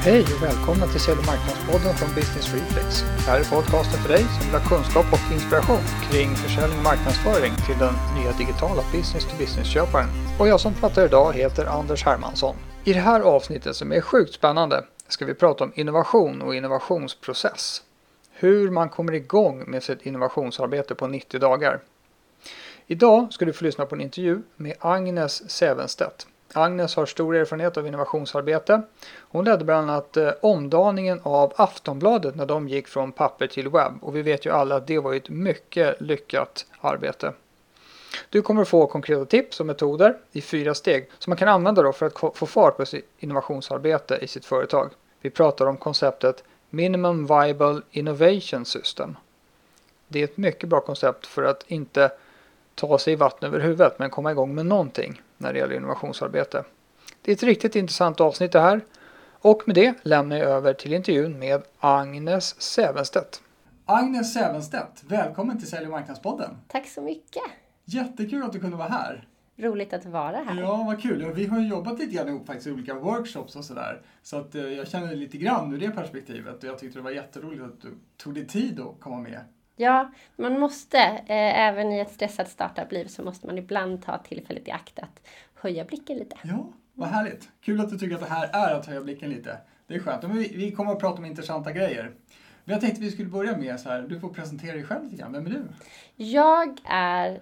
Hej och välkomna till Sälj- och marknadspodden från Business Reflex. Det här är podcasten för dig som vill ha kunskap och inspiration kring försäljning och marknadsföring till den nya digitala business-to-business-köparen. Och jag som pratar idag heter Anders Hermansson. I det här avsnittet som är sjukt spännande ska vi prata om innovation och innovationsprocess. Hur man kommer igång med sitt innovationsarbete på 90 dagar. Idag ska du få lyssna på en intervju med Agnes Sävenstedt. Agnes har stor erfarenhet av innovationsarbete. Hon ledde bland annat omdaningen av Aftonbladet när de gick från papper till webb. Och vi vet ju alla att det var ett mycket lyckat arbete. Du kommer att få konkreta tips och metoder i 4 steg som man kan använda då för att få fart på sitt innovationsarbete i sitt företag. Vi pratar om konceptet Minimum Viable Innovation System. Det är ett mycket bra koncept för att inte ta sig i vatten över huvudet men komma igång med någonting när det gäller innovationsarbete. Det är ett riktigt intressant avsnitt det här. Och med det lämnar jag över till intervjun med Agnes Sävenstedt. Agnes Sävenstedt, välkommen till Sälj- och marknadspodden. Tack så mycket. Jättekul att du kunde vara här. Roligt att vara här. Ja, vad kul. Vi har ju jobbat lite grann ihop faktiskt i olika workshops och sådär. Så att jag känner lite grann ur det perspektivet. Och jag tyckte det var jätteroligt att du tog dig tid att komma med. Ja, man måste, även i ett stressat startup-liv så måste man ibland ta tillfället i akt att höja blicken lite. Ja, vad härligt. Kul att du tycker att det här är att höja blicken lite. Det är skönt. Men vi kommer att prata om intressanta grejer. Men jag tänkte att vi skulle börja med så här, du får presentera dig själv lite grann. Vem är du? Jag är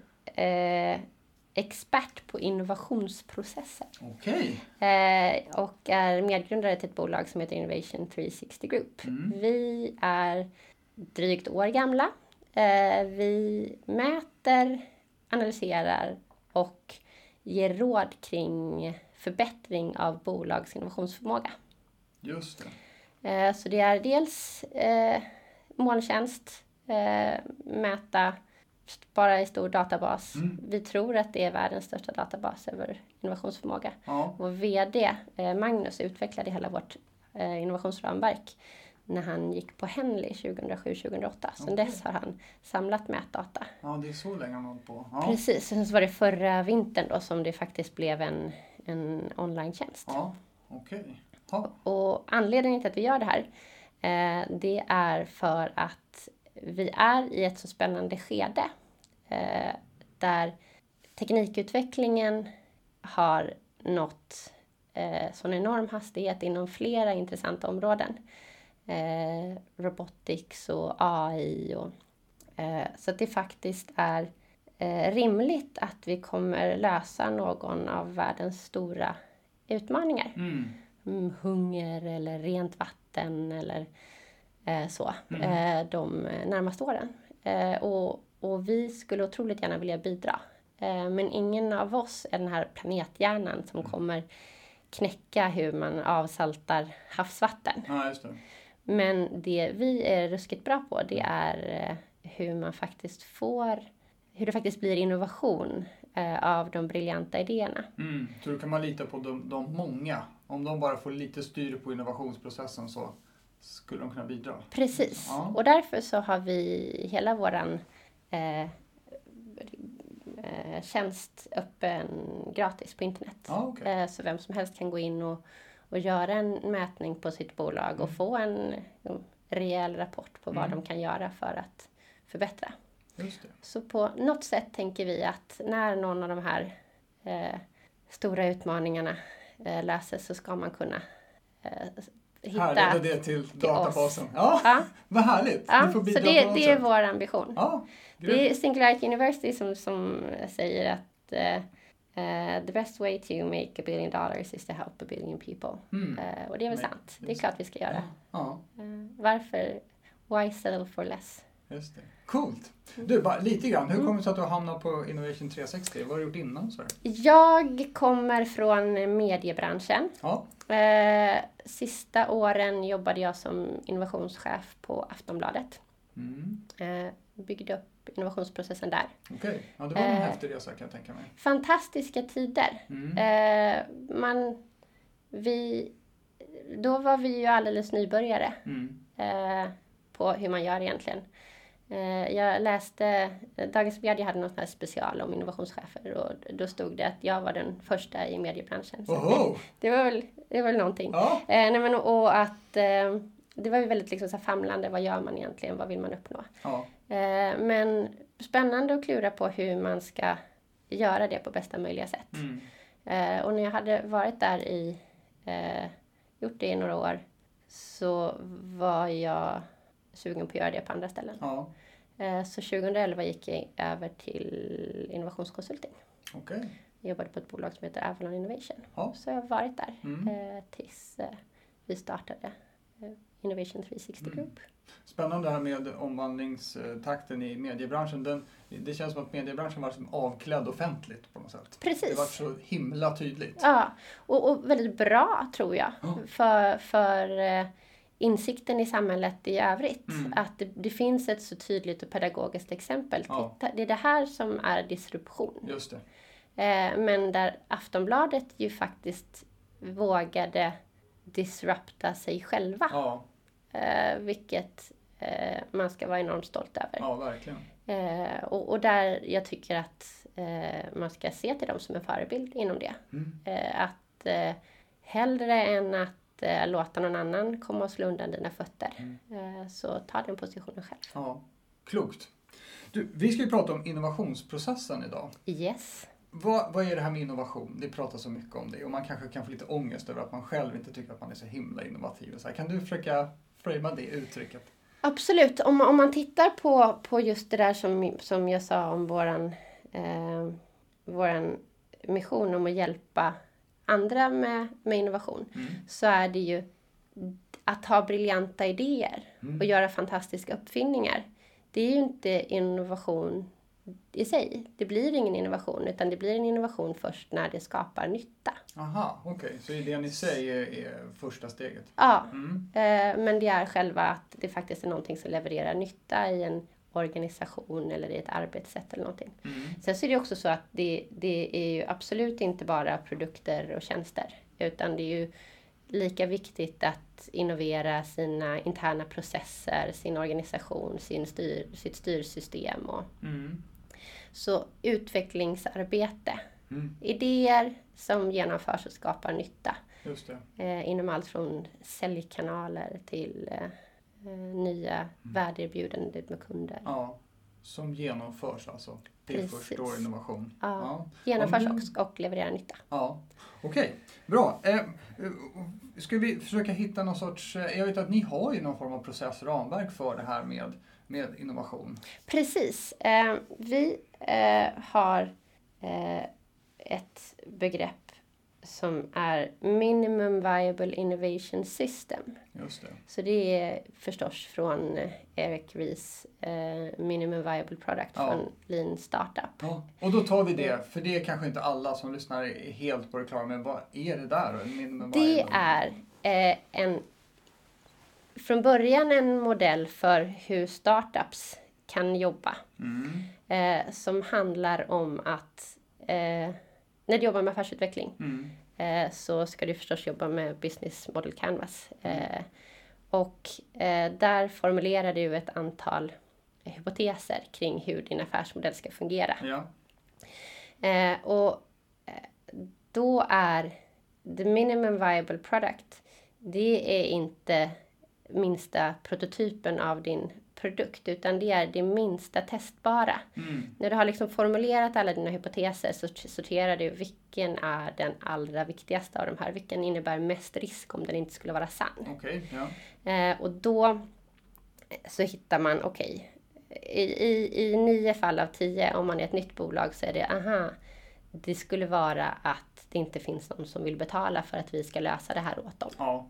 expert på innovationsprocesser. Okej. Och är medgrundare till ett bolag som heter Innovation 360 Group. Vi är drygt år gamla. Vi mäter, analyserar och ger råd kring förbättring av bolags innovationsförmåga. Just det. Så det är dels molntjänst, mäta, spara i stor databas. Vi tror att det är världens största databas över innovationsförmåga. Ja. Vår vd Magnus utvecklade hela vårt innovationsramverk när han gick på Henley 2007-2008. Sen dess har han samlat mätdata. Ja, det är så länge han hållit på. Ja. Precis, sen så var det förra vintern då som det faktiskt blev en online-tjänst. Ja, okej. Ja. Och anledningen till att vi gör det här, det är för att vi är i ett så spännande skede där teknikutvecklingen har nått sån enorm hastighet inom flera intressanta områden. Robotics och AI. Så att det faktiskt är rimligt att vi kommer lösa någon av världens stora utmaningar. Hunger eller rent vatten eller så. De närmaste åren. Och vi skulle otroligt gärna vilja bidra. Men ingen av oss är den här planethjärnan som kommer knäcka hur man avsaltar havsvatten. Ja, just det. Men det vi är ruskigt bra på, det är hur det faktiskt blir innovation av de briljanta idéerna. Så då kan man lita på de många. Om de bara får lite styr på innovationsprocessen så skulle de kunna bidra. Precis. Ja. Och därför så har vi hela våran tjänst öppen gratis på internet. Ja, okay. Så vem som helst kan gå in och göra en mätning på sitt bolag och få en rejäl rapport på vad de kan göra för att förbättra. Just det. Så på något sätt tänker vi att när någon av de här stora utmaningarna löses så ska man kunna hitta härleda det till databasen. Oss. Ja, vad härligt. Ja, får så det är vår ambition. Ja, det är Singularity University som säger att the best way to make $1 billion is to help 1 billion people. Och det är väl sant. Det är klart vi ska göra. Ja. Varför? Why settle for less? Just det. Coolt. Du, bara lite grann. Hur kommer det sig att du hamnat på Innovation 360? Vad har du gjort innan? Så? Jag kommer från mediebranschen. Ja. Sista åren jobbade jag som innovationschef på Aftonbladet. Byggde upp innovationsprocessen där. Okej. Ja, det var en häftig resa kan jag tänka mig. Fantastiska tider. Då var vi ju alldeles nybörjare på hur man gör egentligen. Jag läste, Dagens Media hade något här special om innovationschefer och då stod det att jag var den första i mediebranschen. Så det var väl någonting. Ja. Och att det var ju väldigt liksom så här famlande, vad gör man egentligen, vad vill man uppnå? Ja. Men spännande att klura på hur man ska göra det på bästa möjliga sätt. Och när jag hade varit där gjort det i några år så var jag sugen på att göra det på andra ställen. Ja. Så 2011 gick jag över till innovationskonsulting. Okay. Jag jobbade på ett bolag som heter Avalon Innovation. Ja. Så jag har varit där tills vi startade Innovation 360 Group. Spännande det här med omvandlingstakten i mediebranschen. Det känns som att mediebranschen var som avklädd offentligt på något sätt. Precis. Det var så himla tydligt. Ja, och väldigt bra tror jag. För insikten i samhället i övrigt. Att det finns ett så tydligt och pedagogiskt exempel. Ja. Det är det här som är disruption. Just det. Men där Aftonbladet ju faktiskt vågade disrupta sig själva. Ja. Vilket man ska vara enormt stolt över. Ja, verkligen. Och där jag tycker att man ska se till dem som en förebild inom det. Att hellre än att låta någon annan komma och slå undan dina fötter. Så ta den positionen själv. Ja, klokt. Du, vi ska ju prata om innovationsprocessen idag. Yes. Vad är det här med innovation? Det pratas så mycket om det och man kanske kan få lite ångest över att man själv inte tycker att man är så himla innovativ. Så här, kan du försöka framea det uttrycket? Absolut. Om man tittar på just det där som jag sa om våran mission om att hjälpa andra med innovation. Så är det ju att ha briljanta idéer och göra fantastiska uppfinningar. Det är ju inte innovation i sig. Det blir ingen innovation utan det blir en innovation först när det skapar nytta. Aha, okej. Så idén i sig är första steget? Ja, men det är själva att det faktiskt är någonting som levererar nytta i en organisation eller i ett arbetssätt eller någonting. Sen så är det också så att det är ju absolut inte bara produkter och tjänster utan det är ju lika viktigt att innovera sina interna processer, sin organisation, sitt styrsystem. Så utvecklingsarbete. Idéer som genomförs och skapar nytta. Just det. Inom allt från säljkanaler till nya värdeerbjudanden med kunder. Ja, som genomförs alltså. Det är först då innovation. Ja. Genomförs och levererar nytta. Ja, okej. Bra. Ska vi försöka hitta någon sorts... Jag vet att ni har ju någon form av processramverk för det här med innovation. Precis. Vi har ett begrepp som är Minimum Viable Innovation System. Just det. Så det är förstås från Eric Ries Minimum Viable Product från Lean Startup. Ja. Och då tar vi det, för det är kanske inte alla som lyssnar är helt på det klara, men vad är det där då? Minimum det viable? är från början en modell för hur startups kan jobba. Som handlar om att när du jobbar med affärsutveckling så ska du förstås jobba med Business Model Canvas. Och där formulerar du ett antal hypoteser kring hur din affärsmodell ska fungera. Ja. Och då är the minimum viable product, det är inte minsta prototypen av din produkt utan det är det minsta testbara. När du har liksom formulerat alla dina hypoteser så sorterar du vilken är den allra viktigaste av de här. Vilken innebär mest risk om den inte skulle vara sann. Okej, ja. Och då så hittar man, i 9 fall av 10 om man är ett nytt bolag så är det, det skulle vara att det inte finns någon som vill betala för att vi ska lösa det här åt dem. Ja.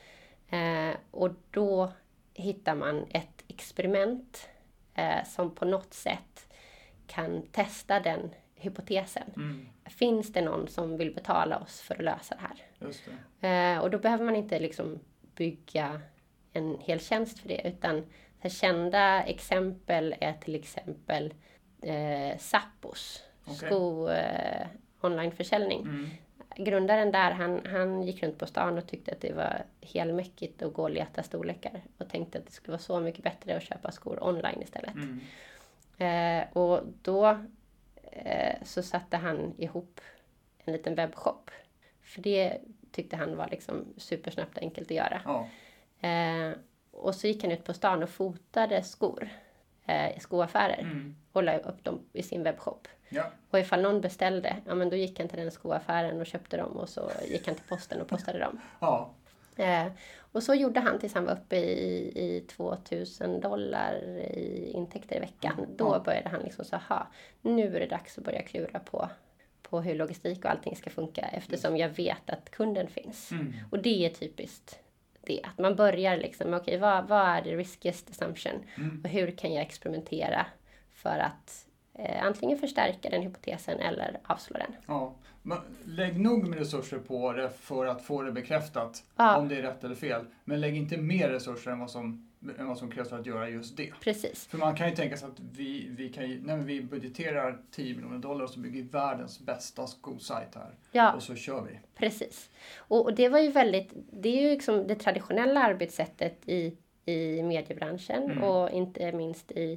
Och då hittar man ett experiment som på något sätt kan testa den hypotesen. Finns det någon som vill betala oss för att lösa det här? Just det. Och då behöver man inte liksom bygga en hel tjänst för det utan kända exempel är till exempel Zappos onlineförsäljning. grundaren där, han gick runt på stan och tyckte att det var helmäckigt att gå och leta storlekar. Och tänkte att det skulle vara så mycket bättre att köpa skor online istället. Och då så satte han ihop en liten webbshop. För det tyckte han var liksom supersnabbt och enkelt att göra. Ja. Och så gick han ut på stan och fotade skor i skoaffärer. Och la upp dem i sin webbshop. Ja. Och ifall någon beställde, ja men då gick han till den skoaffären och köpte dem. Och så gick han till posten och postade dem. Ja. Och så gjorde han tills han var uppe i $2,000 i intäkter i veckan. Då började han liksom så här, nu är det dags att börja klura på hur logistik och allting ska funka. Eftersom jag vet att kunden finns. Och det är typiskt det. Att man börjar liksom, okej, vad är det riskiest assumption? Och hur kan jag experimentera för att antingen förstärka den hypotesen eller avslå den. Ja, men lägg nog med resurser på det för att få det bekräftat om det är rätt eller fel. Men lägg inte mer resurser än vad som krävs för att göra just det. Precis. För man kan ju tänka sig att när vi budgeterar $10 miljoner så bygger vi världens bästa skosajt här. Ja. Och så kör vi. Precis. Och det var ju det är ju liksom det traditionella arbetssättet i mediebranschen och inte minst i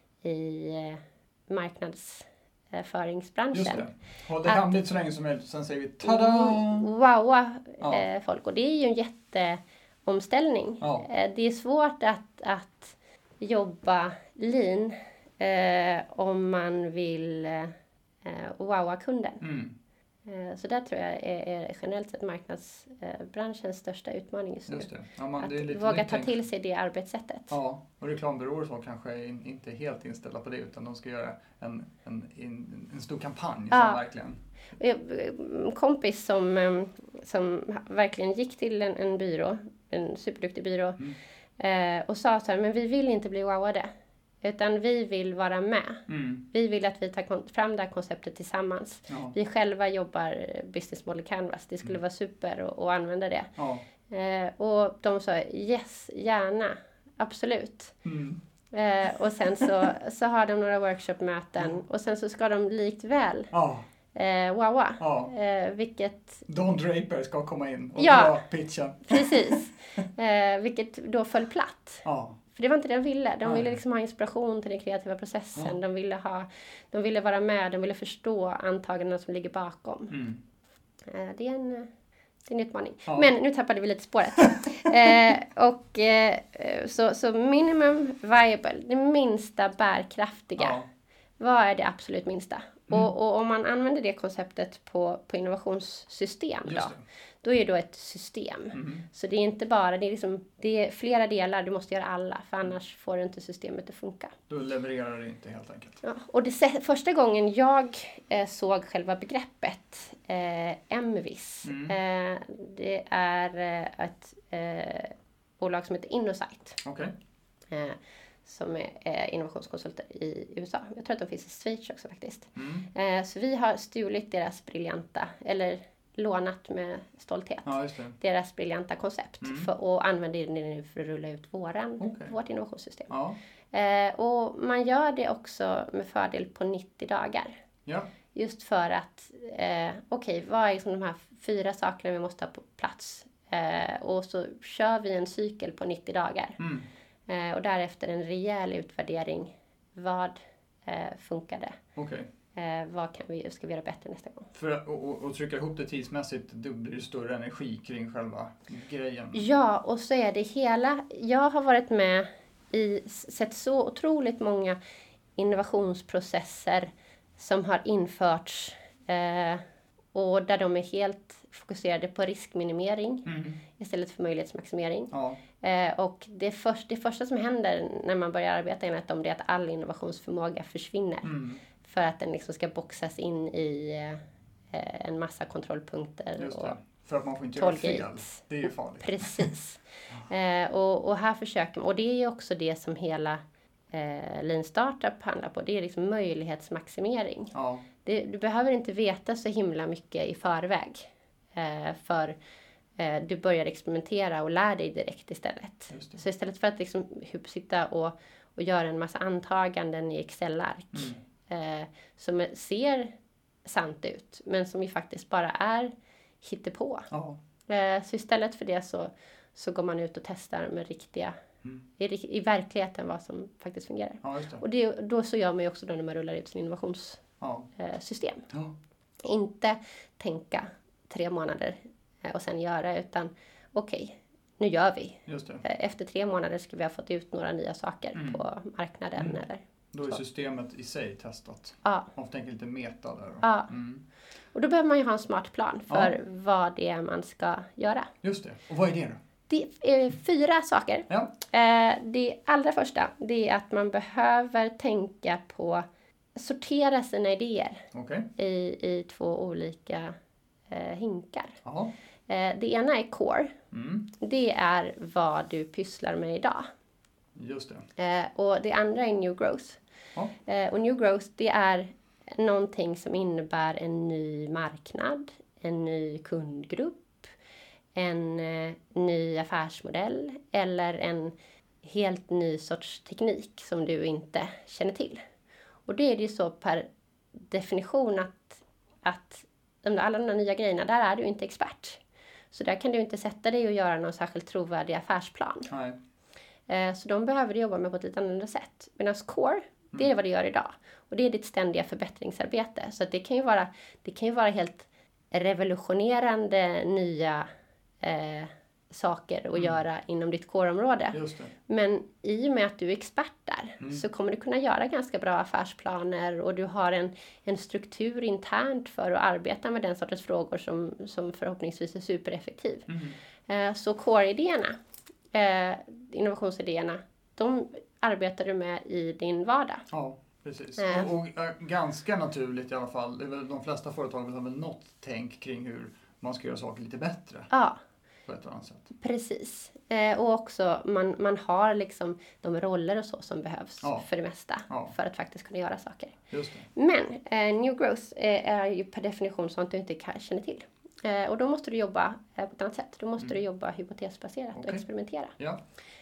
marknadsföringsbranschen. Just det. Håll det hemligt så länge som möjligt. Sen säger vi tada! Wowa folk. Och det är ju en jätteomställning. Ja. Det är svårt att jobba lean om man vill wowa kunden. Så där tror jag är generellt sett marknadsbranschens största utmaning just nu. Just det. Ja, att våga ta till sig det arbetssättet. Ja, och reklambyråer så kanske inte helt inställda på det, utan de ska göra en stor kampanj som verkligen... En kompis som verkligen gick till en byrå, en superduktig byrå, och sa så här, men vi vill inte bli wowade. Utan vi vill vara med. Vi vill att vi tar fram det här konceptet tillsammans. Ja. Vi själva jobbar Business Model Canvas. Det skulle vara super att använda det. Ja. Och de sa, yes, gärna. Absolut. Och sen så har de några workshopmöten. Och sen så ska de likt väl wowa. Vilket... Don Draper ska komma in och dra pitchen. Precis. Vilket då föll platt. Ja. För det var inte det de ville. De ville liksom ha inspiration till den kreativa processen. De ville vara med. De ville förstå antagandena som ligger bakom. Det är en utmaning. Ja. Men nu tappade vi lite spåret. Så minimum viable. Det minsta bärkraftiga. Ja. Vad är det absolut minsta? Och om man använder det konceptet på innovationssystem då är det ett system. Så det är inte bara, det är flera delar, du måste göra alla, för annars får du inte systemet att funka. Då levererar det inte helt enkelt. Ja, och första gången jag såg själva begreppet MVIS, det är ett bolag som heter Innosight. Okay. Som är innovationskonsulter i USA. Jag tror att de finns i Schweiz också faktiskt. Så vi har stulit deras briljanta, eller lånat med stolthet, deras briljanta koncept och använder det nu för att rulla ut vårt innovationssystem. Ja. Och man gör det också med fördel på 90 dagar. Ja. Just för att, vad är liksom de här 4 sakerna vi måste ha på plats? Och så kör vi en cykel på 90 dagar. Och därefter en rejäl utvärdering. Vad funkade? Okay. Vad ska vi göra bättre nästa gång? För att trycka ihop det tidsmässigt, då blir det större energi kring själva grejen. Ja, och så är det jag har varit med sett så otroligt många innovationsprocesser som har införts och där de är helt fokuserade på riskminimering istället för möjlighetsmaximering. Ja. Och det första som händer när man börjar arbeta enligt dem, det är att all innovationsförmåga försvinner. För att den liksom ska boxas in i en massa kontrollpunkter. Just det. För att man får inte göra fel. Det är ju farligt. Precis. Och här försöker man, och det är ju också det som hela Lean Startup handlar på. Det är liksom möjlighetsmaximering. Ja. Du behöver inte veta så himla mycket i förväg. För du börjar experimentera och lär dig direkt istället. Så istället för att liksom sitta och göra en massa antaganden i Excel-ark. Som ser sant ut, men som ju faktiskt bara är hittepå. Ja. Så istället för det så går man ut och testar med riktiga, i verkligheten vad som faktiskt fungerar. Ja, just det. Och då så gör man ju också när man rullar ut sin innovationssystem. Ja. Inte tänka 3 månader och sen göra, utan okej, nu gör vi. Just det. Efter 3 månader ska vi ha fått ut några nya saker på marknaden. Eller då är så. Systemet i sig testat. Ja. Man får tänka lite meta där. Då. Ja. Och då behöver man ju ha en smart plan för vad det är man ska göra. Just det. Och vad är det då? Det är 4 saker. Ja. Det allra första, det är att man behöver tänka på sortera sina idéer i 2 olika hinkar. Aha. Det ena är core. Det är vad du pysslar med idag. Just det. Och det andra är new growth. Och new growth, det är någonting som innebär en ny marknad, en ny kundgrupp, en ny affärsmodell eller en helt ny sorts teknik som du inte känner till. Och det är det ju så per definition att alla de nya grejerna, där är du inte expert. Så där kan du inte sätta dig och göra någon särskilt trovärdig affärsplan. Nej. Så de behöver du jobba med på ett lite annorlunda sätt. Medan core, det är vad du gör idag. Och det är ditt ständiga förbättringsarbete. Så att det kan ju vara helt revolutionerande nya saker att göra inom ditt core-område. Just det. Men i och med att du är expert där så kommer du kunna göra ganska bra affärsplaner och du har en struktur internt för att arbeta med den sortens frågor som förhoppningsvis är supereffektiv. Så core-idéerna, innovationsidéerna, de arbetar du med i din vardag. Ja, precis. Och ganska naturligt i alla fall. Det är väl de flesta företag har väl något tänk kring hur man ska göra saker lite bättre. Ja. På ett annat sätt. Precis. Och också man har liksom de roller och så som behövs för det mesta för att faktiskt kunna göra saker. Just det. Men new growth är ju per definition sånt du inte känner till. Och då måste du jobba på ett annat sätt. Då måste du jobba hypotesbaserat och experimentera. Ja.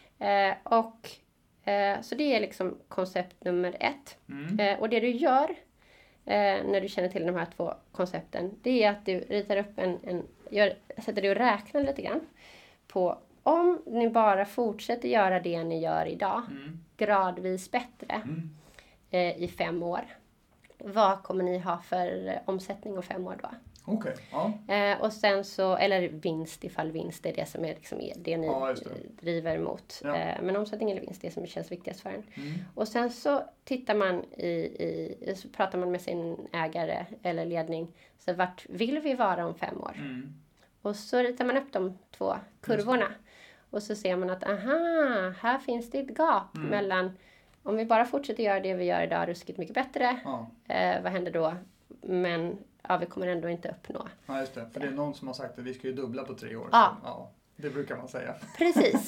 Så det är liksom koncept nummer 1. Och det du gör när du känner till de här 2 koncepten, det är att du ritar upp sätter dig och räknar lite grann på om ni bara fortsätter göra det ni gör idag gradvis bättre i 5 år. Vad kommer ni ha för omsättning om 5 år då? Okej, ja. Och sen så, eller vinst ifall vinst är det som är liksom det ni driver emot. Ja. Men omsättning eller vinst, det som känns viktigast för en. Och sen så tittar man så pratar man med sin ägare eller ledning. Så vart vill vi vara om 5 år? Och så ritar man upp de 2 kurvorna. Och så ser man att här finns det ett gap mellan om vi bara fortsätter göra det vi gör idag ruskigt mycket bättre. Vad händer då? Men vi kommer ändå inte uppnå. Ja, just det. För det är någon som har sagt att vi ska ju dubbla på 3 år. Ja. Så, ja, det brukar man säga. Precis.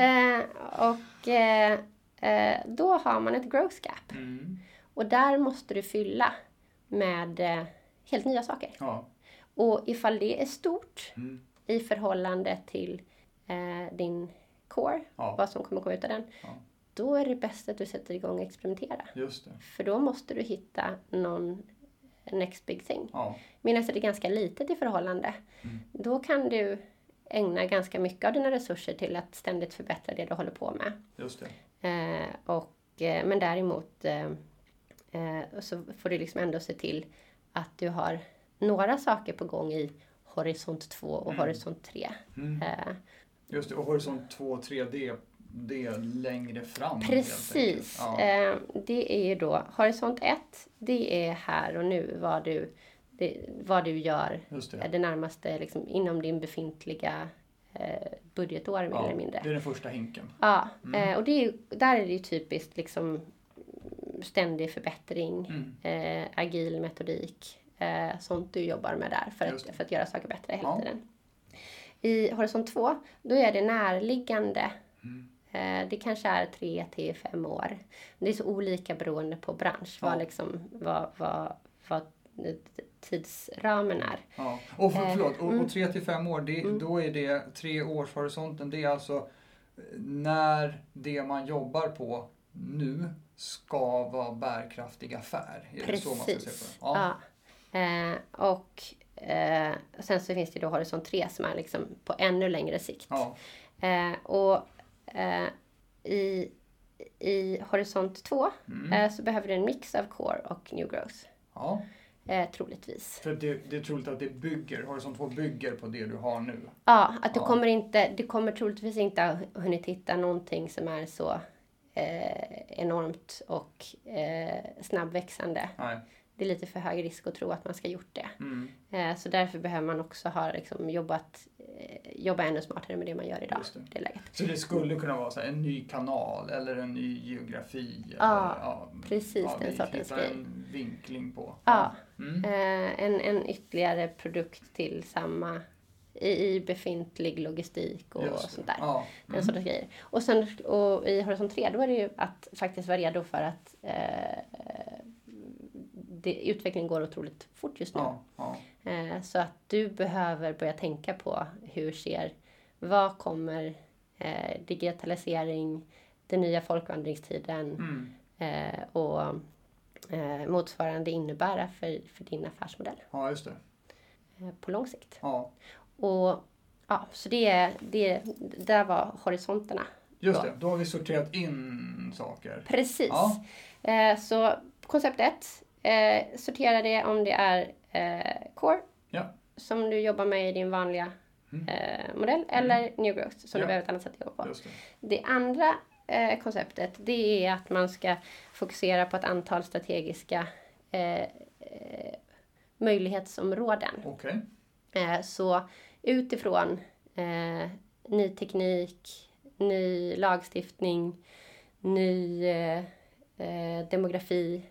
Då har man ett growth gap. Och där måste du fylla med helt nya saker. Ja. Och ifall det är stort i förhållande till din core, vad som kommer komma ut av den, då är det bäst att du sätter igång och experimentera. Just det. För då måste du hitta någon next big thing. Medan det är ganska litet i förhållande. Då kan du ägna ganska mycket av dina resurser till att ständigt förbättra det du håller på med. Just det. Men däremot så får du liksom ändå se till att du har några saker på gång i horisont 2 och horisont 3. Just det, och horisont 2 och 3 det är längre fram. Precis. Det är ju då horisont 1, det är här och nu vad du gör det närmaste liksom, inom din befintliga budgetår mer eller mindre. Det är den första hinken. Ja, och där är det ju typiskt liksom ständig förbättring, agil metodik, sånt du jobbar med där för att göra saker bättre hela tiden. I horisont 2, då är det närliggande. Det kanske är 3 till 5 år. Det är så olika beroende på bransch. Vad tidsramen är. Ja. Och förlåt, och 3 till 5 år, då är det 3 års horisonten. Det är alltså när det man jobbar på nu ska vara bärkraftig affär. Är Precis. det så man ska se på det? Ja. sen så finns det då horisont 3 som är liksom på ännu längre sikt. Ja. I horisont 2 så behöver du en mix av core och new growth. Ja. Troligtvis. För det är troligt att horisont 2 bygger på det du har nu. Ja, att du kommer troligtvis inte ha hunnit hitta någonting som är så enormt och snabbväxande. Nej. Det är lite för hög risk att tro att man ska gjort det. Så därför behöver man också ha liksom jobba ännu smartare med det man gör idag. I det läget. Så det skulle kunna vara så här, en ny kanal eller en ny geografi? Ja, precis den sortens grej. En vinkling på. Ja, en ytterligare produkt till samma i befintlig logistik och sånt där. Ja. Den sortens grejer. Och i horisont 3 då är det ju att faktiskt vara redo för att utvecklingen går otroligt fort just nu. Så att du behöver börja tänka på vad kommer digitalisering, den nya folkvandringstiden och motsvarande innebära för din affärsmodell. Ja, just det. På lång sikt. Ja. Och så det där var horisonterna. Just det, då har vi sorterat in saker. Precis. Ja. Så koncept 1, sortera det om det är core som du jobbar med i din vanliga modell eller new growth som du behöver ett annat sätt att jobba på. Just det andra konceptet, det är att man ska fokusera på ett antal strategiska möjlighetsområden. Okay. Så utifrån ny teknik, ny lagstiftning, ny demografi.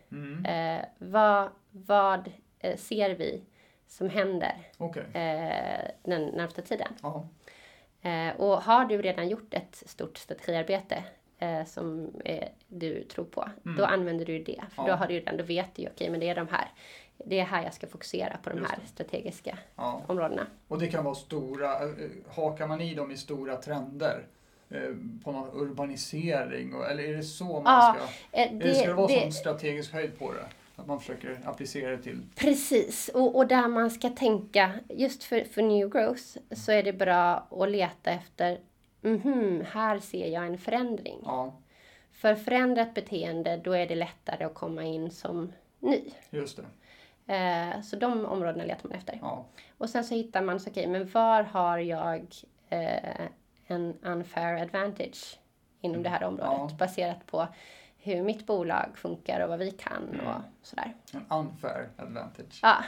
Vad ser vi som händer den närmaste tiden? Och har du redan gjort ett stort strategiarbete som du tror på, då använder du det. För då vet du ju, men det är det är här jag ska fokusera på de här strategiska områdena. Och det kan vara hakar man i dem i stora trender? På någon urbanisering? Eller är det så man ska... ska det vara sån strategisk höjd på det? Att man försöker applicera det till... Precis. Och där man ska tänka, just för new growth så är det bra att leta efter här ser jag en förändring. För förändrat beteende, då är det lättare att komma in som ny. Just det. Så de områdena letar man efter. Och sen så hittar man, men var har jag en unfair advantage inom det här området baserat på hur mitt bolag funkar och vad vi kan och sådär. En unfair advantage. Ja.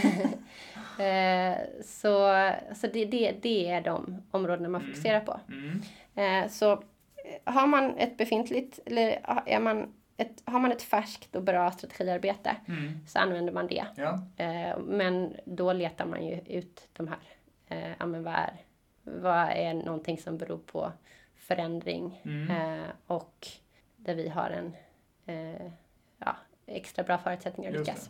Så det är de områdena man fokuserar på. Så har man ett befintligt eller har man ett färskt och bra strategiarbete så använder man det. Men då letar man ju ut de här. Vad är någonting som beror på förändring och där vi har en extra bra förutsättningar att lyckas.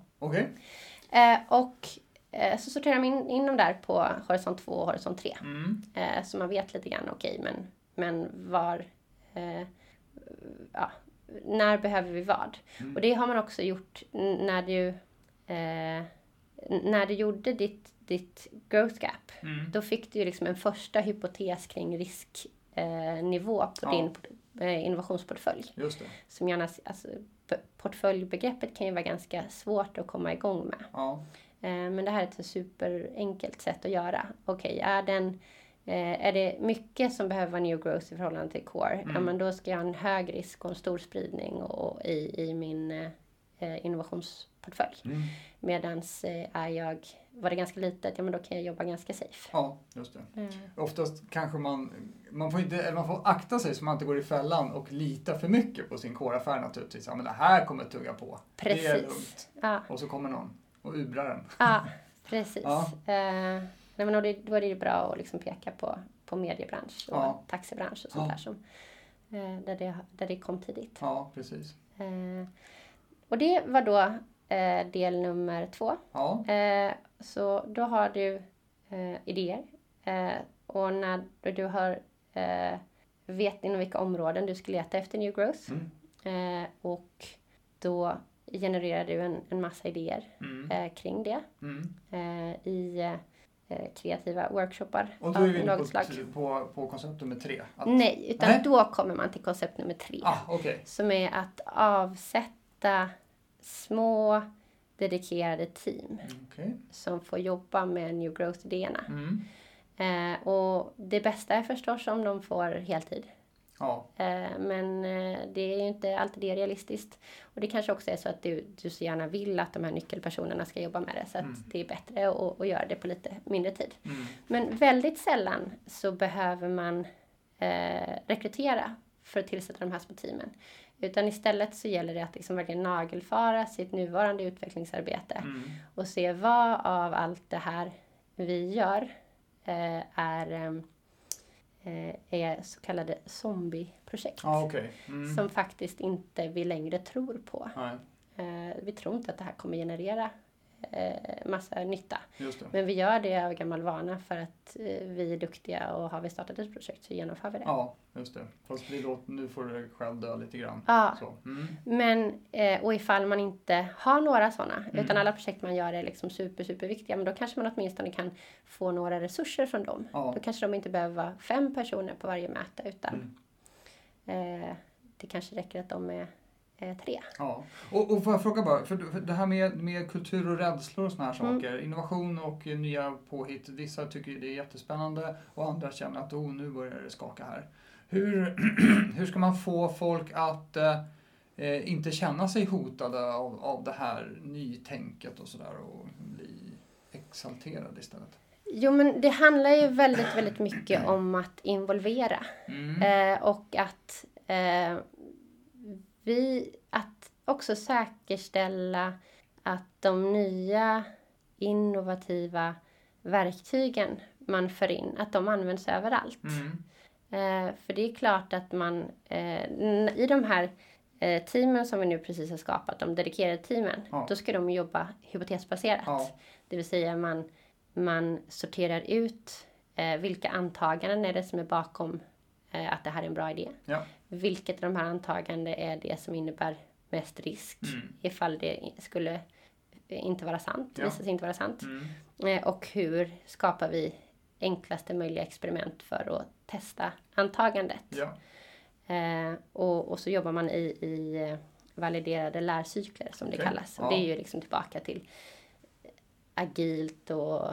Och så sorterar man in dem där på horisont 2 och horisont 3. Så man vet lite grann, men var... när behöver vi vad? Och det har man också gjort när du gjorde ditt growth gap. Då fick du ju liksom en första hypotes kring risknivå på din innovationsportfölj. Just det. Som gärna, portföljbegreppet kan ju vara ganska svårt att komma igång med. Men det här är ett superenkelt sätt att göra. Är det mycket som behöver vara new growth i förhållande till core? Men då ska jag ha en hög risk och en stor spridning i min innovationsportfölj. Medans var det ganska litet, men då kan jag jobba ganska safe. Ja, just det. Oftast kanske man får akta sig så man inte går i fällan och lita för mycket på sin core-affär naturligtvis. Men det här kommer tugga på. Precis. Det är lugnt. Och så kommer någon och ubrar den. Ja, precis. Då är det bra att liksom peka på mediebransch och taxibransch och sånt där som där det kom tidigt. Ja, precis. Och det var då del nummer 2. Så då har du idéer. Och när du har vet inom vilka områden du ska leta efter new growth. Och då genererar du en massa idéer kring det i kreativa workshoppar. Och då är vi på koncept nummer 3? Nej, utan då kommer man till koncept nummer 3. Okay. Som är att avsätta små dedikerade team som får jobba med New Growth-idéerna. Och det bästa är förstås om de får heltid. Ja. Men det är ju inte alltid det realistiskt. Och det kanske också är så att du så gärna vill att de här nyckelpersonerna ska jobba med det. Så att det är bättre att göra det på lite mindre tid. Men väldigt sällan så behöver man rekrytera för att tillsätta de här små teamen. Utan istället så gäller det att liksom verkligen nagelfara sitt nuvarande utvecklingsarbete. Och se vad av allt det här vi gör är så kallade zombieprojekt. Som faktiskt inte vi längre tror på. Vi tror inte att det här kommer generera massa nytta. Men vi gör det av gammal vana för att vi är duktiga och har vi startat ett projekt så genomför vi det. Ja, just det. Fast nu får du själv dö lite grann. Ja, så. Men och ifall man inte har några sådana utan alla projekt man gör är liksom super viktiga, men då kanske man åtminstone kan få några resurser från dem. Då kanske de inte behöver vara 5 personer på varje möte utan det kanske räcker att de är 3. Ja, och får jag fråga bara, för det här med kultur och rädslor och såna här saker, innovation och nya påhitt, vissa tycker det är jättespännande och andra känner att nu börjar det skaka här. Hur ska man få folk att inte känna sig hotade av det här nytänket och sådär och bli exalterade istället? Jo, men det handlar ju väldigt, väldigt mycket om att involvera och att att också säkerställa att de nya innovativa verktygen man för in, att de används överallt. För det är klart att man i de här teamen som vi nu precis har skapat, de dedikerade teamen, då ska de jobba hypotesbaserat. Det vill säga man sorterar ut vilka antaganden är det som är bakom att det här är en bra idé. Vilket av de här antaganden är det som innebär mest risk ifall det skulle inte vara sant, visar sig inte vara sant. Och hur skapar vi enklaste möjliga experiment för att testa antagandet. Och så jobbar man i validerade lärcykler som det kallas. Och det är ju liksom tillbaka till agilt och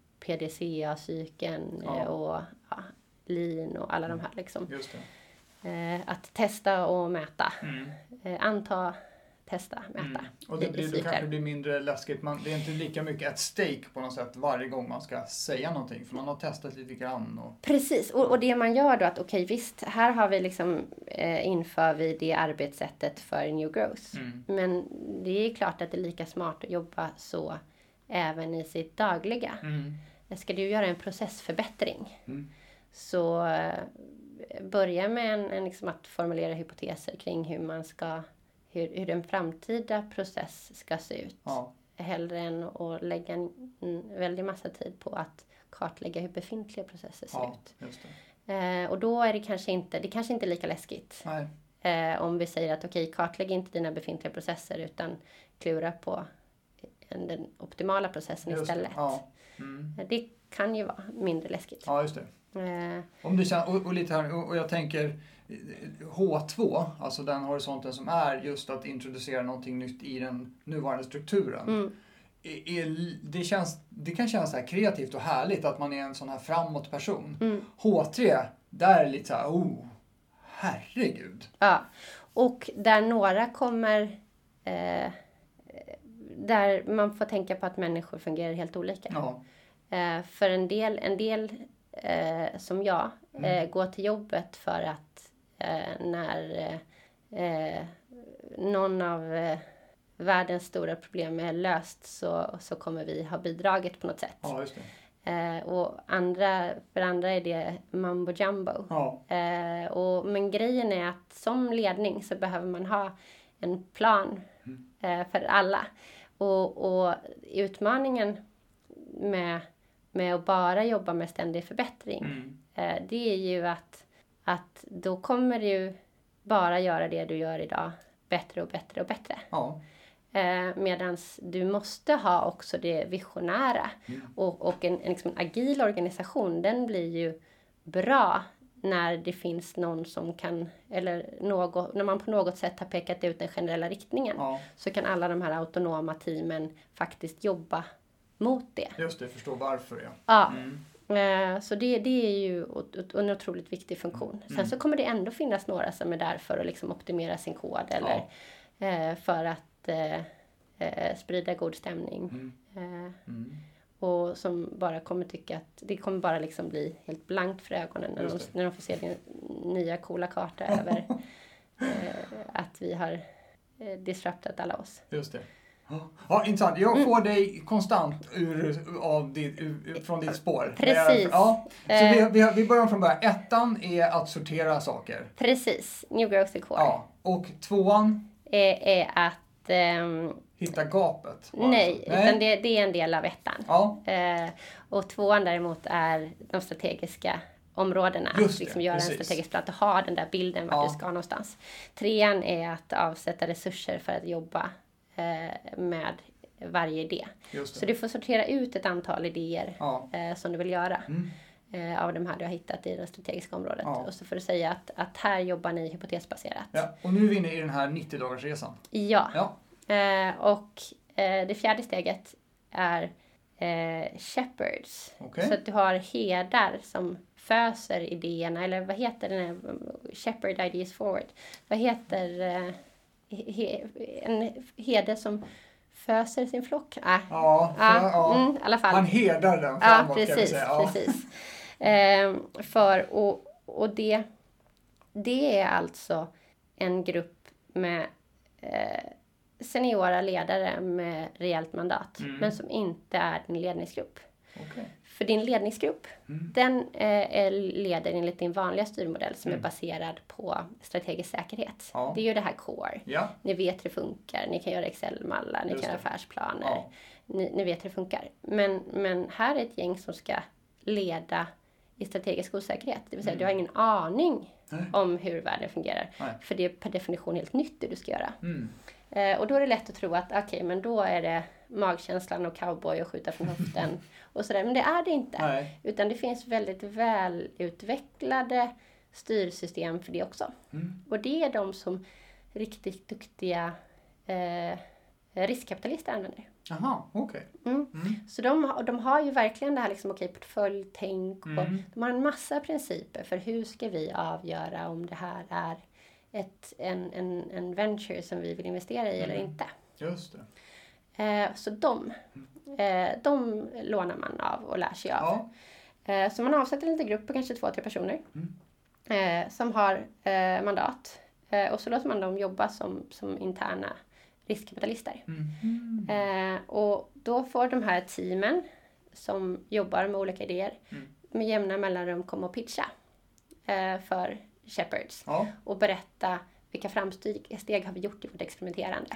PDCA-cykeln och lean och alla de här liksom. Just det. Att testa och mäta. Anta, testa, mäta. Och det kanske blir mindre läskigt. Det är inte lika mycket ett stake på något sätt varje gång man ska säga någonting. För man har testat lite grann. Precis. Och det man gör då att visst, här har vi liksom inför vi det arbetssättet för New Growth. Men det är klart att det är lika smart att jobba så även i sitt dagliga. Ska du göra en processförbättring så börja med en liksom att formulera hypoteser kring hur en framtida process ska se ut. Hellre än att lägga en väldigt massa tid på att kartlägga hur befintliga processer ser ut. Just det. Och då är det kanske inte lika läskigt. Om vi säger att kartlägg inte dina befintliga processer utan klura på den optimala processen istället. Det kan ju vara mindre läskigt. Ja, just det. Om du känner, och lite här, och jag tänker H2, alltså den horisonten som är just att introducera någonting nytt i den nuvarande strukturen. Det kan kännas så här kreativt och härligt att man är en sån här framåt person. H3, där är lite så här, herregud. Ja, och där några kommer där man får tänka på att människor fungerar helt olika. För en del som jag går till jobbet för att när någon av världens stora problem är löst så kommer vi ha bidragit på något sätt. Just det. Och för andra är det mambo jumbo. Men grejen är att som ledning så behöver man ha en plan för alla. Och utmaningen med att bara jobba med ständig förbättring det är ju att då kommer du bara göra det du gör idag bättre och bättre och bättre. Medan du måste ha också det visionära. Och en liksom agil organisation, den blir ju bra när det finns någon som kan, eller när man på något sätt har pekat ut den generella riktningen. Så kan alla de här autonoma teamen faktiskt jobba mot det. Just det, förstå varför. Ja. Så det är ju en otroligt viktig funktion. Sen så kommer det ändå finnas några som är där för att liksom optimera sin kod eller för att sprida god stämning. Och som bara kommer tycka att det kommer bara liksom bli helt blankt för ögonen när de får se din nya coola karta över att vi har disruptat alla oss. Just det. Ja, intressant. Jag får dig konstant från ditt spår. Precis. Så vi börjar från början. 1:an är att sortera saker. Precis. New Growth Core. Ja. Och 2:an? Är att... hitta gapet. Nej, utan det är en del av 1:an. Ja. Och 2:an däremot är de strategiska områdena. Att liksom göra en strategisk plan. Att ha den där bilden vart du ska någonstans. 3:an är att avsätta resurser för att jobba med varje idé. Så du får sortera ut ett antal idéer som du vill göra av de här du har hittat i det strategiska området. Och så får du säga att här jobbar ni hypotesbaserat. Ja. Och nu är vi inne i den här 90-dagarsresan. Ja. Och det 4:e steget är shepherds. Så att du har herdar som föser idéerna. Eller vad heter den här shepherd ideas forward? Vad heter en herde som föser sin flock? I alla fall. Han herdar den framåt, precis, kan vi säga. Precis. Och det är alltså en grupp med seniora ledare med rejält mandat. Men som inte är din ledningsgrupp. För din ledningsgrupp, den leder enligt din vanliga styrmodell som är baserad på strategisk säkerhet. Det är ju det här core. Ni vet hur det funkar. Ni kan göra Excel-mallar, ni kan göra affärsplaner. Ni vet hur det funkar. Men här är ett gäng som ska leda i strategisk osäkerhet. Det vill säga, du har ingen aning om hur världen fungerar. För det är per definition helt nytt det du ska göra. Och då är det lätt att tro att men då är det magkänslan och cowboy och skjuta från höften och sådär. Men det är det inte. Utan det finns väldigt välutvecklade styrsystem för det också. Och det är de som riktigt duktiga riskkapitalister använder. Aha, okej. Så de har ju verkligen det här liksom, portföljtänk och de har en massa principer för hur ska vi avgöra om det här är en venture som vi vill investera i eller inte. Just det. Så de lånar man av och lär sig av. Så man avsätter en liten grupp på kanske 2-3 personer som har mandat. Och så låter man dem jobba som interna riskkapitalister. Och då får de här teamen som jobbar med olika idéer med jämna mellanrum komma och pitcha för shepherds. Och berätta vilka framsteg har vi gjort i vårt experimenterande.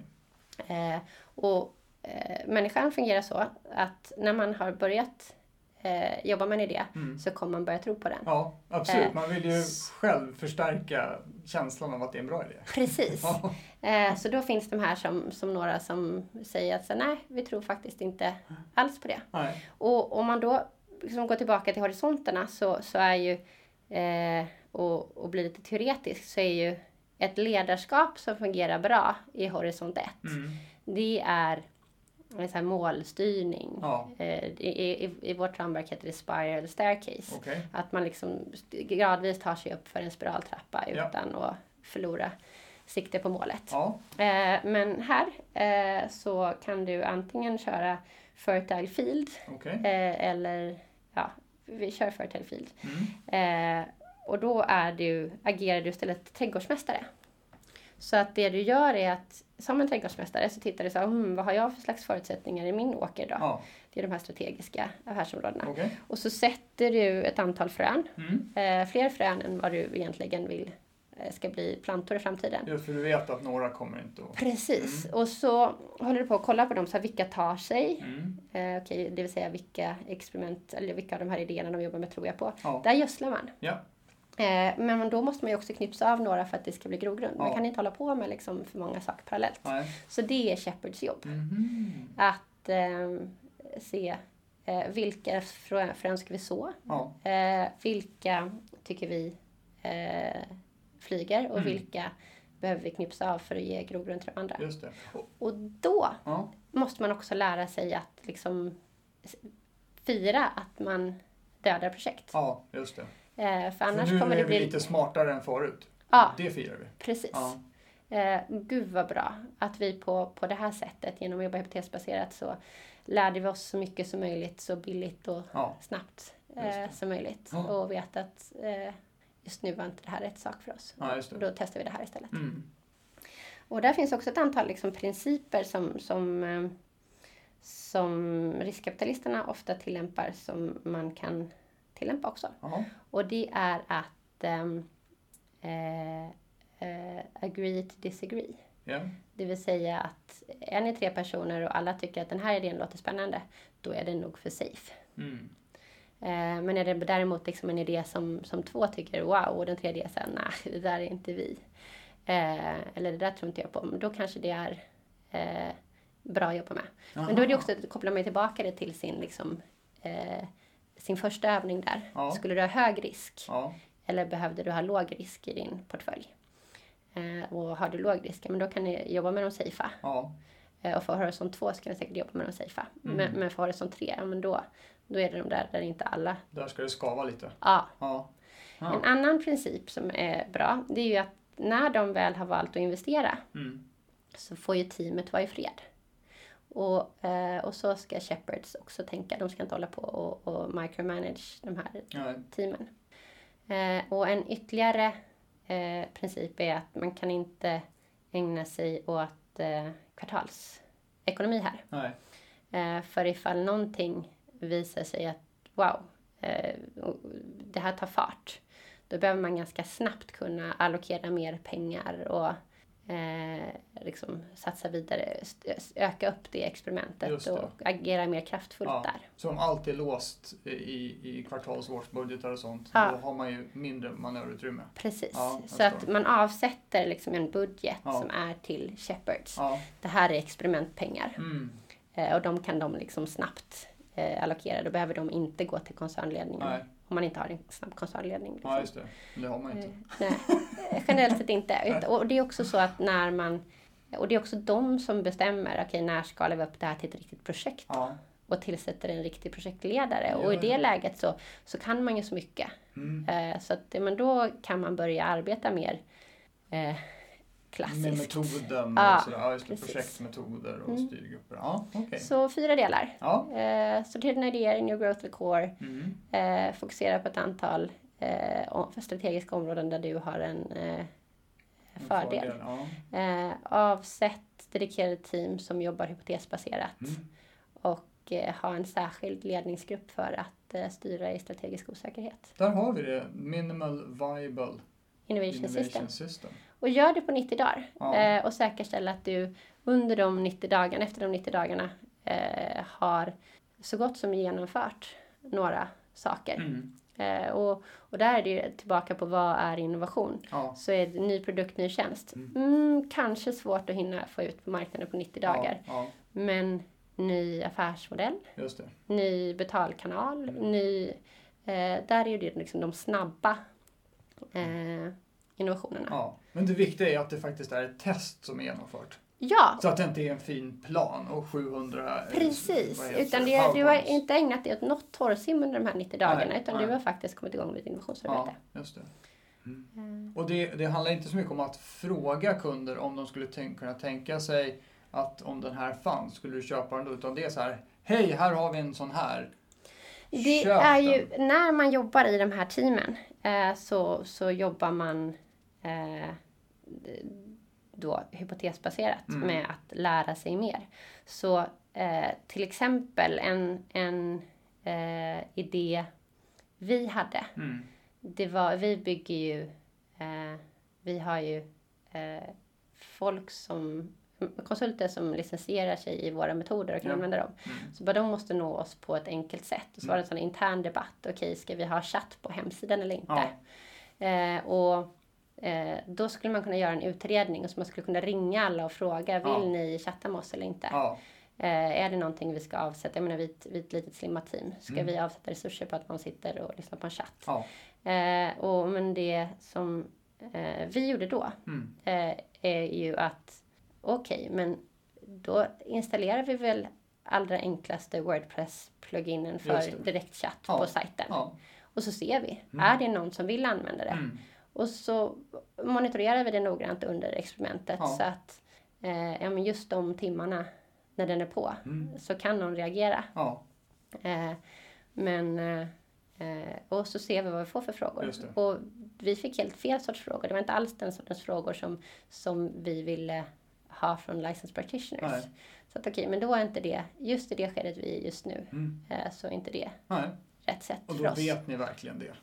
Människan fungerar så att när man har börjat jobba med en idé så kommer man börja tro på den. Ja, absolut. Man vill ju själv förstärka känslan av att det är en bra idé. Precis. Så då finns de här som några som säger att nej, vi tror faktiskt inte alls på det. Och om man då liksom går tillbaka till horisonterna så är ju och blir lite teoretisk så är ju ett ledarskap som fungerar bra i horisont 1. Det är en sån här målstyrning. I vårt ramverk heter det spiral staircase. Att man liksom gradvis tar sig upp för en spiraltrappa utan att förlora sikte på målet. Men här så kan du antingen köra fertile field eller vi kör fertile field. Och då agerar du istället trädgårdsmästare. Så att det du gör är att som en trädgårdsmästare så tittar du så här, vad har jag för slags förutsättningar i min åker då? Det är de här strategiska affärsområdena. Och så sätter du ett antal frön. Fler frön än vad du egentligen vill ska bli plantor i framtiden. Just för du vet att några kommer inte att... Precis. Och så håller du på att kolla på dem, så här, vilka tar sig. Det vill säga vilka experiment, eller vilka av de här idéerna de jobbar med tror jag på. Där gödslar man. Men då måste man ju också knipsa av några för att det ska bli grogrund. Man kan inte hålla på med liksom för många saker parallellt. Nej. Så det är Shepherds jobb. Att se vilka frön ska vi så. Vilka tycker vi flyger och vilka behöver vi knipsa av för att ge grogrund till de andra. Just det. Och då måste man också lära sig att liksom fira att man dödar projekt. Ja, just det. För annars nu kommer är det vi bli lite smartare än förut. Ja, det firar vi. Precis. Ja. Gud vad bra att vi på det här sättet genom att jobba hypotesbaserat så lärde vi oss så mycket som möjligt så billigt och snabbt som möjligt. Och vet att just nu var inte det här rätt sak för oss. Ja, just det. Och då testar vi det här istället. Och där finns också ett antal liksom principer som riskkapitalisterna ofta tillämpar som man kan tillämpa också. Och det är att agree to disagree. Yeah. Det vill säga att en är 3 personer och alla tycker att den här idén låter spännande, då är det nog för safe. Men är det däremot liksom en idé som 2 tycker wow och den tredje säger nej, det där är inte vi. Eller det där tror inte jag på, men då kanske det är bra att jobba med. Men då är det också, kopplar man tillbaka det till sin liksom sin första övning där. Skulle du ha hög risk eller behövde du ha låg risk i din portfölj? Och har du låg risk, men då kan ni jobba med de safea. Och för horisont 2 ska ni säkert jobba med de safea. Men för horisont 3, men då är det de där inte alla. Där ska det skava lite. En annan princip som är bra, det är ju att när de väl har valt att investera så får ju teamet vara i fred. Och så ska Shepherds också tänka. De ska inte hålla på och micromanage de här teamen. Och en ytterligare princip är att man kan inte ägna sig åt kvartalsekonomi här. För ifall någonting visar sig att wow, det här tar fart. Då behöver man ganska snabbt kunna allokera mer pengar och liksom satsa vidare, öka upp det experimentet och agera mer kraftfullt där. Så om allt är låst i kvartalsårsbudgetar och sånt, då har man ju mindre manöverutrymme. Precis, så att man avsätter liksom en budget som är till Shepherds. Det här är experimentpengar. Och de kan de liksom snabbt allokera. Då behöver de inte gå till koncernledningen. Om man inte har en snabb koncernledning. Liksom. Ja, just det. Det har man inte. Nej, generellt sett inte. Och det är också så att när man... Och det är också de som bestämmer, okej, när skalar vi upp det här till ett riktigt projekt? Och tillsätter en riktig projektledare. Och i det läget så kan man ju så mycket. Så att, men då kan man börja arbeta mer klassiskt. Med metoden och sådär. Just det, projektmetoder och styrgrupper. Okay. Så 4 delar. Sortera dina idéer, New Growth the Core. Fokusera på ett antal strategiska områden där du har en fördel. Avsätt dedikerade team som jobbar hypotesbaserat. Och ha en särskild ledningsgrupp för att styra i strategisk osäkerhet. Där har vi det. Minimal Viable Innovation System. Och gör det på 90 dagar. Och säkerställa att du under de 90 dagarna, efter de 90 dagarna har så gott som genomfört några saker. Och där är det ju tillbaka på vad är innovation. Så är det ny produkt, ny tjänst. Kanske svårt att hinna få ut på marknaden på 90 dagar. Men ny affärsmodell, ny betalkanal, där är det liksom de snabba innovationerna. Men det viktiga är att det faktiskt är ett test som är genomfört. Så att det inte är en fin plan och 700... Precis, utan du har inte ägnat dig åt något torrsim under de här 90 dagarna, utan du har faktiskt kommit igång med ett innovationsarbete. Just det. Och det handlar inte så mycket om att fråga kunder om de skulle kunna tänka sig att om den här fanns, skulle du köpa den då? Utan det är så här, hej, här har vi en sån här. Det är ju, när man jobbar i de här teamen så jobbar man då hypotesbaserat med att lära sig mer. Så till exempel en idé vi hade, det var, vi bygger ju, vi har ju folk som konsulter som licensierar sig i våra metoder och kan använda dem. Så bara de måste nå oss på ett enkelt sätt. Och så var det en sån intern debatt. Okej, ska vi ha chatt på hemsidan eller inte? Då skulle man kunna göra en utredning och så man skulle kunna ringa alla och fråga, vill ni chatta med oss eller inte? Är det någonting vi ska avsätta? Jag menar, vi ett litet slimmat team. Ska vi avsätta resurser på att man sitter och lyssnar på en chatt? Men det som vi gjorde då är ju att men då installerar vi väl allra enklaste WordPress-pluginen för direktchatt på sajten. Och så ser vi, är det någon som vill använda det? Och så monitorerar vi det noggrant under experimentet så att men just de timmarna när den är på så kan någon reagera. Och så ser vi vad vi får för frågor. Och vi fick helt fel sorts frågor. Det var inte alls den sortens frågor som vi ville ha från licensed practitioners. Så att men då är inte det, just i det skedet vi är just nu, så är inte det rätt sätt för oss. Och då vet ni verkligen det.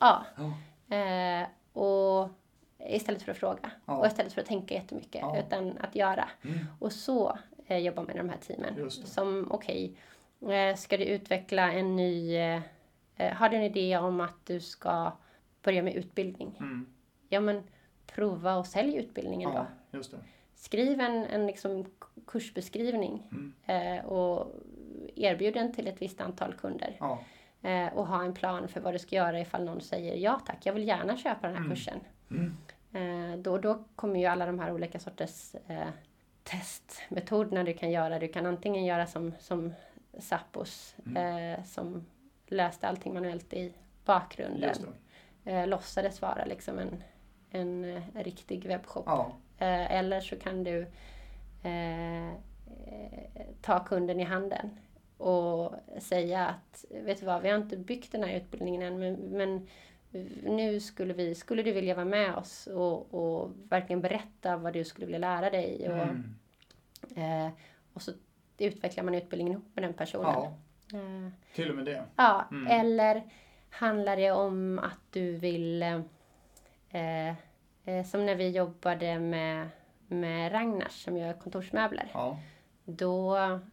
Och istället för att fråga. Och istället för att tänka jättemycket. Utan att göra. Och så jobbar med de här teamen. Som ska du utveckla en ny... har du en idé om att du ska börja med utbildning? Ja, men prova och sälj utbildningen då. Just det. Skriv en liksom kursbeskrivning. Och erbjud den till ett visst antal kunder. Och ha en plan för vad du ska göra ifall någon säger ja tack, jag vill gärna köpa den här kursen. Då kommer ju alla de här olika sorters testmetoderna du kan göra. Du kan antingen göra som Zappos som löste allting manuellt i bakgrunden. Låtsades vara liksom en riktig webbshop. Eller så kan du ta kunden i handen och säga att, vet du vad, vi har inte byggt den här utbildningen än, men nu skulle du vilja vara med oss och verkligen berätta vad du skulle vilja lära dig. Och så utvecklar man utbildningen ihop med den personen. Till och med det. Eller handlar det om att du vill, som när vi jobbade med Ragnars som gör kontorsmöbler. Då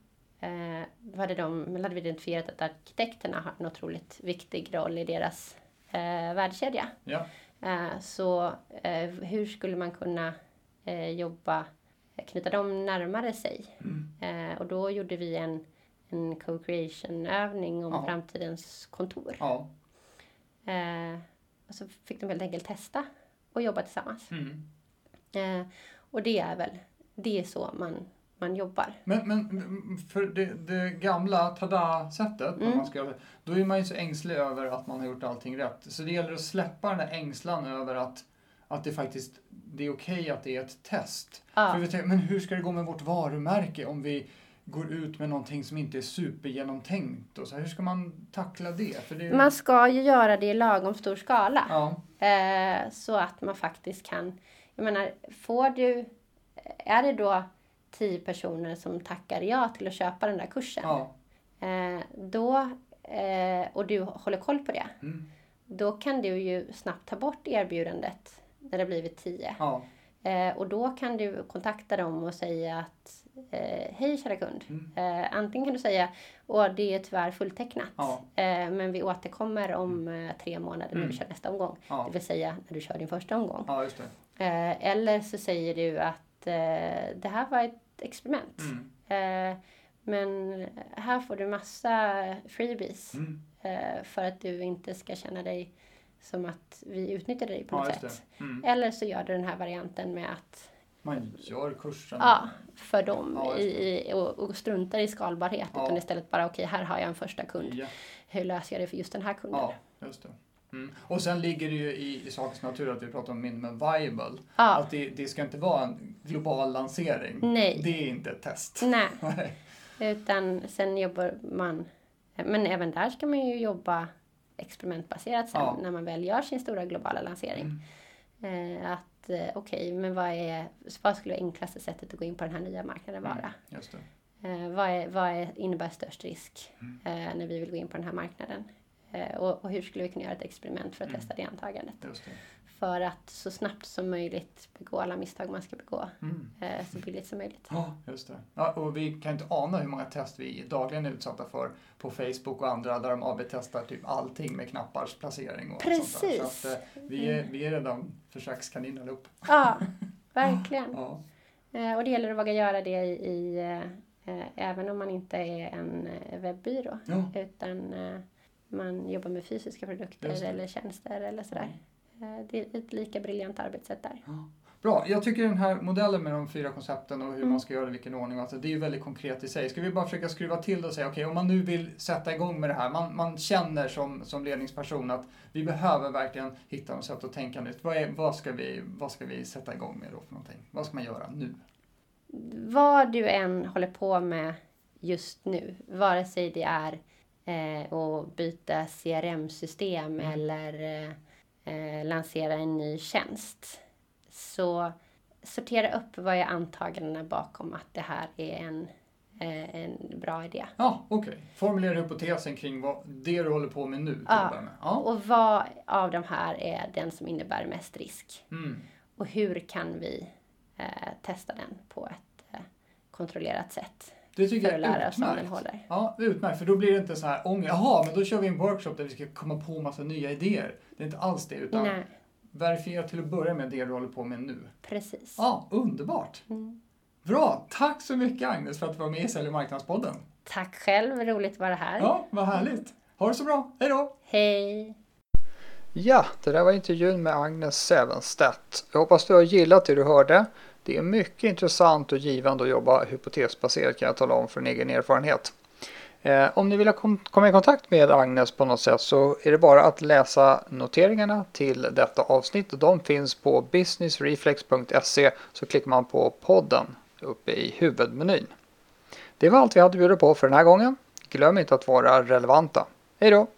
hade vi identifierat att arkitekterna har en otroligt viktig roll i deras värdekedja. Så hur skulle man kunna knyta dem närmare sig? Och då gjorde vi en co-creation-övning om framtidens kontor. Och så fick de helt enkelt testa och jobba tillsammans. Och det är så man jobbar. Men för det gamla tada-sättet, då är man ju så ängslig över att man har gjort allting rätt. Så det gäller att släppa den där ängslan över att det faktiskt det är okej att det är ett test. För vi tänker, men hur ska det gå med vårt varumärke om vi går ut med någonting som inte är supergenomtänkt? Och så hur ska man tackla det? För man ska ju göra det i lagom stor skala. Så att man faktiskt kan... Jag menar, är det då 10 personer som tackar ja till att köpa den där kursen. Och du håller koll på det. Då kan du ju snabbt ta bort erbjudandet när det blivit 10. Och då kan du kontakta dem och säga att hej kära kund. Antingen kan du säga det är tyvärr fulltecknat. Men vi återkommer om 3 månader när vi kör nästa omgång. Det vill säga när du kör din första omgång. Just det. Eller så säger du att det här var ett experiment. Men här får du massa freebies. För att du inte ska känna dig som att vi utnyttjar dig på något sätt. Eller så gör du den här varianten med att man gör kursen. För dem och struntar i skalbarhet. Utan istället bara här har jag en första kund. Hur löser jag det för just den här kunden? Just det. Och sen ligger det ju i sakens natur att vi pratar om minimum viable. Att det ska inte vara en global lansering. Nej. Det är inte ett test. Nej. Utan sen jobbar man... Men även där ska man ju jobba experimentbaserat sen när man väl gör sin stora globala lansering. Men vad skulle det enklaste sättet att gå in på den här nya marknaden vara? Just det. Vad innebär störst risk när vi vill gå in på den här marknaden? Och hur skulle vi kunna göra ett experiment för att testa det antagandet? Just det. för att så snabbt som möjligt begå alla misstag man ska begå. Så billigt som möjligt. Ja, just det. Ja, och vi kan inte ana hur många test vi dagligen är utsatta för på Facebook och andra där de AB-testar typ allting med knappars placering och Precis. sånt där. Så att vi är redan försökskaniner allihop. Ja, verkligen. Ja. Och det gäller att våga göra det även om man inte är en webbyrå. Ja. Utan man jobbar med fysiska produkter eller tjänster eller sådär. Det är ett lika briljant arbetssätt där. Ja. Bra, jag tycker den här modellen med de 4 koncepten och hur man ska göra det, vilken ordning, alltså, det är ju väldigt konkret i sig. Ska vi bara försöka skruva till det och säga, okej, om man nu vill sätta igång med det här, man känner som ledningsperson att vi behöver verkligen hitta något sätt att tänka nytt. Vad ska vi sätta igång med då för någonting? Vad ska man göra nu? Vad du än håller på med just nu, vare sig det är att byta CRM-system eller lansera en ny tjänst, så sortera upp vad är antagandena bakom att det här är en bra idé. Ja, okej. Formulera hypotesen kring det du håller på med nu. Och vad av de här är den som innebär mest risk? Och hur kan vi testa den på ett kontrollerat sätt? Det tycker jag är utmärkt. Ja, det är utmärkt. För då blir det inte så här ångest. Jaha, men då kör vi en workshop där vi ska komma på massa nya idéer. Det är inte alls det, utan verifiera till att börja med det du håller på med nu. Precis. Ja, underbart. Bra, tack så mycket Agnes för att du var med i Sälj- och marknadspodden. Tack själv, roligt att vara här. Ja, vad härligt. Ha det så bra, hej då. Hej. Ja, det där var intervjun med Agnes Sävenstedt. Jag hoppas du har gillat det du hörde. Det är mycket intressant och givande att jobba hypotesbaserat, kan jag tala om från egen erfarenhet. Om ni vill komma i kontakt med Agnes på något sätt så är det bara att läsa noteringarna till detta avsnitt. De finns på businessreflex.se, så klickar man på podden uppe i huvudmenyn. Det var allt vi hade att bjuda på för den här gången. Glöm inte att vara relevanta. Hej då!